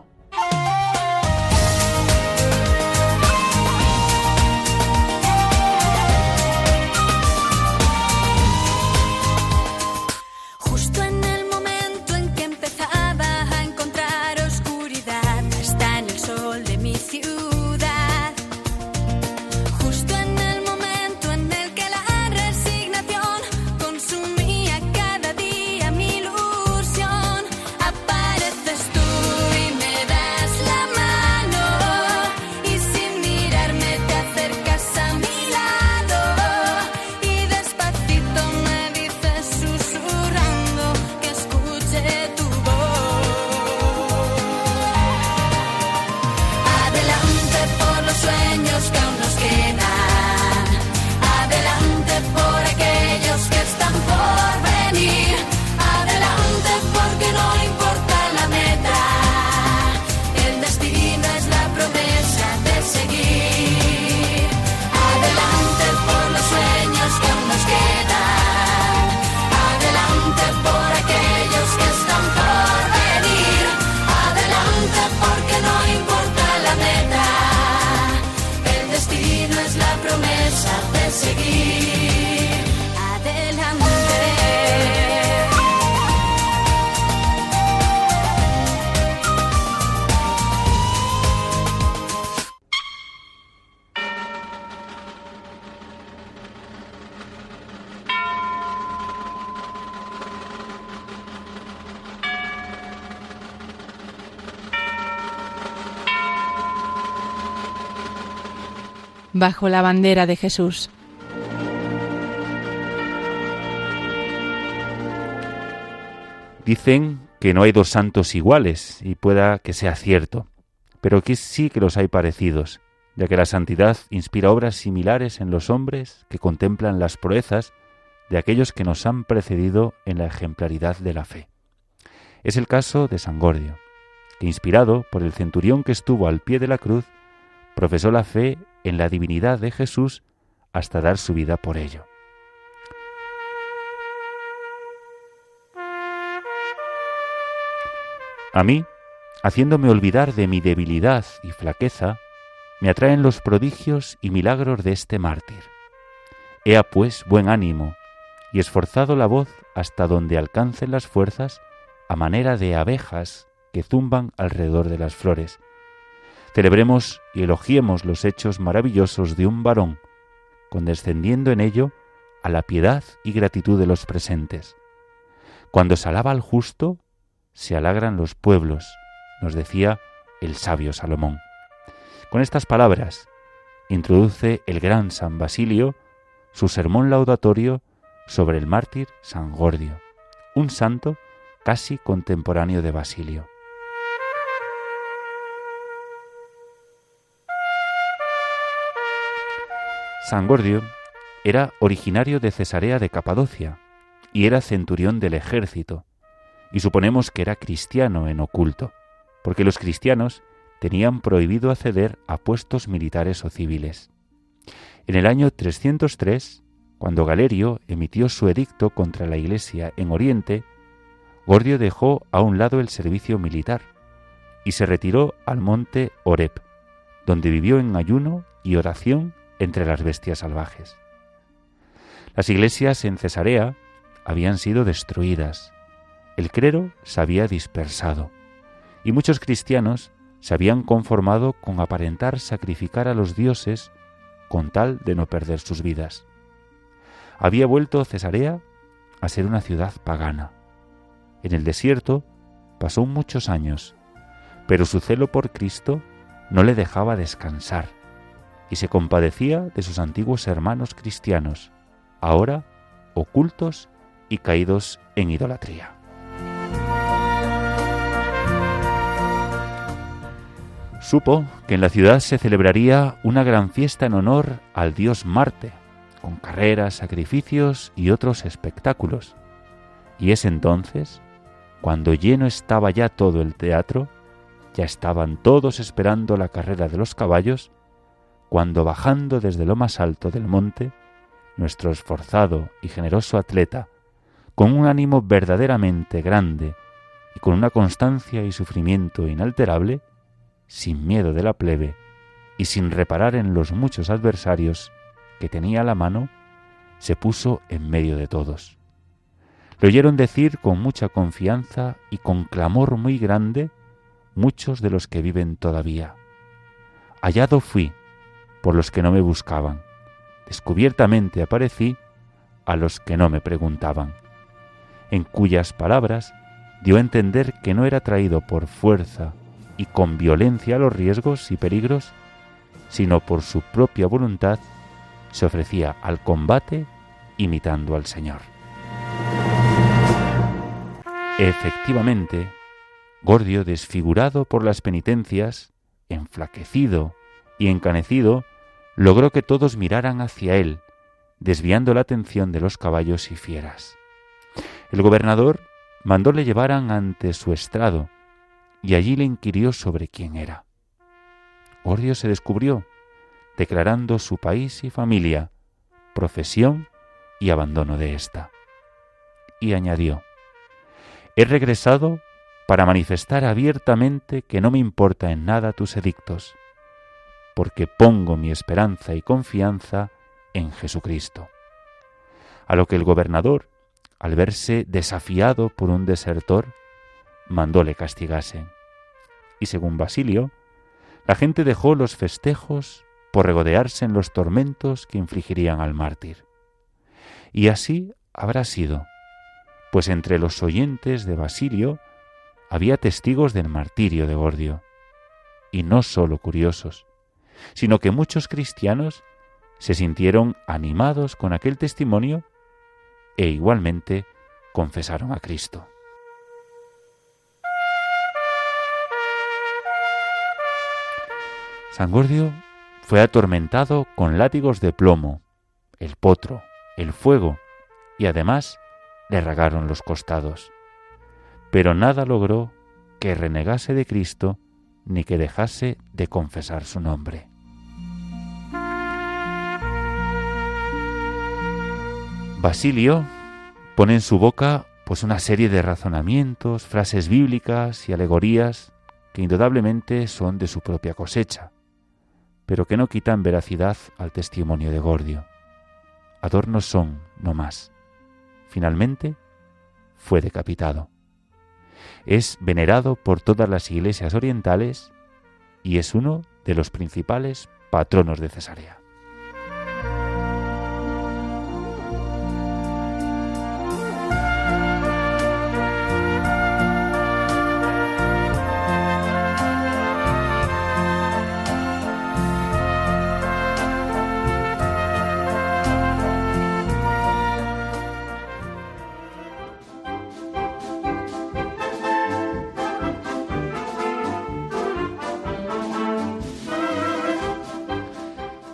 Speaker 3: Bajo la bandera de Jesús.
Speaker 2: Dicen que no hay dos santos iguales, y pueda que sea cierto, pero que sí que los hay parecidos, ya que la santidad inspira obras similares en los hombres que contemplan las proezas de aquellos que nos han precedido en la ejemplaridad de la fe. Es el caso de San Gordio, que inspirado por el centurión que estuvo al pie de la cruz, profesó la fe en la divinidad de Jesús hasta dar su vida por ello. A mí, haciéndome olvidar de mi debilidad y flaqueza, me atraen los prodigios y milagros de este mártir. Ea pues buen ánimo, y esforzado la voz hasta donde alcancen las fuerzas, a manera de abejas que zumban alrededor de las flores. Celebremos y elogiemos los hechos maravillosos de un varón, condescendiendo en ello a la piedad y gratitud de los presentes. Cuando se alaba al justo, se alegran los pueblos, nos decía el sabio Salomón. Con estas palabras introduce el gran San Basilio su sermón laudatorio sobre el mártir San Gordio, un santo casi contemporáneo de Basilio. San Gordio era originario de Cesarea de Capadocia y era centurión del ejército, y suponemos que era cristiano en oculto, porque los cristianos tenían prohibido acceder a puestos militares o civiles. En el año trescientos tres, cuando Galerio emitió su edicto contra la Iglesia en Oriente, Gordio dejó a un lado el servicio militar y se retiró al monte Horeb, donde vivió en ayuno y oración entre las bestias salvajes. Las iglesias en Cesarea habían sido destruidas, el clero se había dispersado y muchos cristianos se habían conformado con aparentar sacrificar a los dioses con tal de no perder sus vidas. Había vuelto Cesarea a ser una ciudad pagana. En el desierto pasó muchos años, pero su celo por Cristo no le dejaba descansar y se compadecía de sus antiguos hermanos cristianos, ahora ocultos y caídos en idolatría. Supo que en la ciudad se celebraría una gran fiesta en honor al dios Marte, con carreras, sacrificios y otros espectáculos. Y es entonces, cuando lleno estaba ya todo el teatro, ya estaban todos esperando la carrera de los caballos, cuando bajando desde lo más alto del monte, nuestro esforzado y generoso atleta, con un ánimo verdaderamente grande y con una constancia y sufrimiento inalterable, sin miedo de la plebe y sin reparar en los muchos adversarios que tenía a la mano, se puso en medio de todos. Le oyeron decir con mucha confianza y con clamor muy grande muchos de los que viven todavía: hallado fui por los que no me buscaban, descubiertamente aparecí a los que no me preguntaban, en cuyas palabras dio a entender que no era traído por fuerza y con violencia a los riesgos y peligros, sino por su propia voluntad se ofrecía al combate imitando al Señor. Efectivamente, Gordio, desfigurado por las penitencias, enflaquecido y encanecido, logró que todos miraran hacia él, desviando la atención de los caballos y fieras. El gobernador mandó le llevaran ante su estrado, y allí le inquirió sobre quién era. Gordio se descubrió, declarando su país y familia, profesión y abandono de ésta. Y añadió: he regresado para manifestar abiertamente que no me importa en nada tus edictos, porque pongo mi esperanza y confianza en Jesucristo. A lo que el gobernador, al verse desafiado por un desertor, mandó le castigasen. Y según Basilio, la gente dejó los festejos por regodearse en los tormentos que infligirían al mártir. Y así habrá sido, pues entre los oyentes de Basilio había testigos del martirio de Gordio, y no sólo curiosos, sino que muchos cristianos se sintieron animados con aquel testimonio e igualmente confesaron a Cristo. San Gordio fue atormentado con látigos de plomo, el potro, el fuego, y además le ragaron los costados. Pero nada logró que renegase de Cristo ni que dejase de confesar su nombre. Basilio pone en su boca pues una serie de razonamientos, frases bíblicas y alegorías que indudablemente son de su propia cosecha, pero que no quitan veracidad al testimonio de Gordio. Adornos son, no más. Finalmente, fue decapitado. Es venerado por todas las iglesias orientales y es uno de los principales patronos de Cesarea.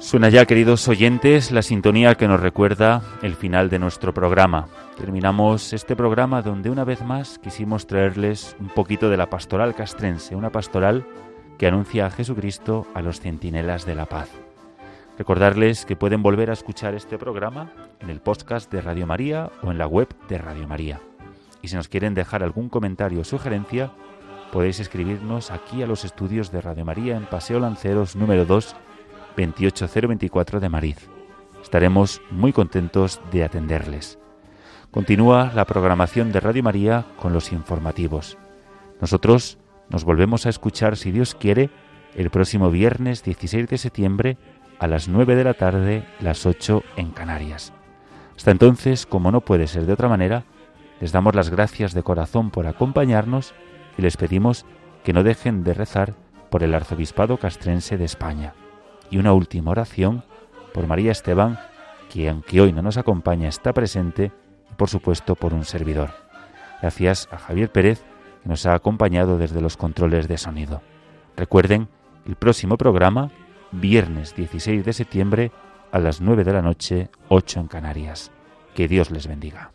Speaker 2: Suena ya, queridos oyentes, la sintonía que nos recuerda el final de nuestro programa. Terminamos este programa donde una vez más quisimos traerles un poquito de la pastoral castrense, una pastoral que anuncia a Jesucristo a los centinelas de la paz. Recordarles que pueden volver a escuchar este programa en el podcast de Radio María o en la web de Radio María. Y si nos quieren dejar algún comentario o sugerencia, podéis escribirnos aquí a los estudios de Radio María en Paseo Lanceros número dos, veintiocho mil veinticuatro de Madrid. Estaremos muy contentos de atenderles. Continúa la programación de Radio María con los informativos. Nosotros nos volvemos a escuchar, si Dios quiere, el próximo viernes dieciséis de septiembre a las nueve de la tarde, las ocho en Canarias. Hasta entonces, como no puede ser de otra manera, les damos las gracias de corazón por acompañarnos y les pedimos que no dejen de rezar por el Arzobispado Castrense de España. Y una última oración por María Esteban, que aunque hoy no nos acompaña, está presente, y por supuesto por un servidor. Gracias a Javier Pérez, que nos ha acompañado desde los controles de sonido. Recuerden, el próximo programa, viernes dieciséis de septiembre, a las nueve de la noche, ocho en Canarias. Que Dios les bendiga.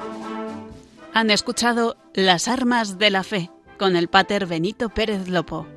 Speaker 1: Han escuchado Las Armas de la Fe con el Pater Benito Pérez Lopo.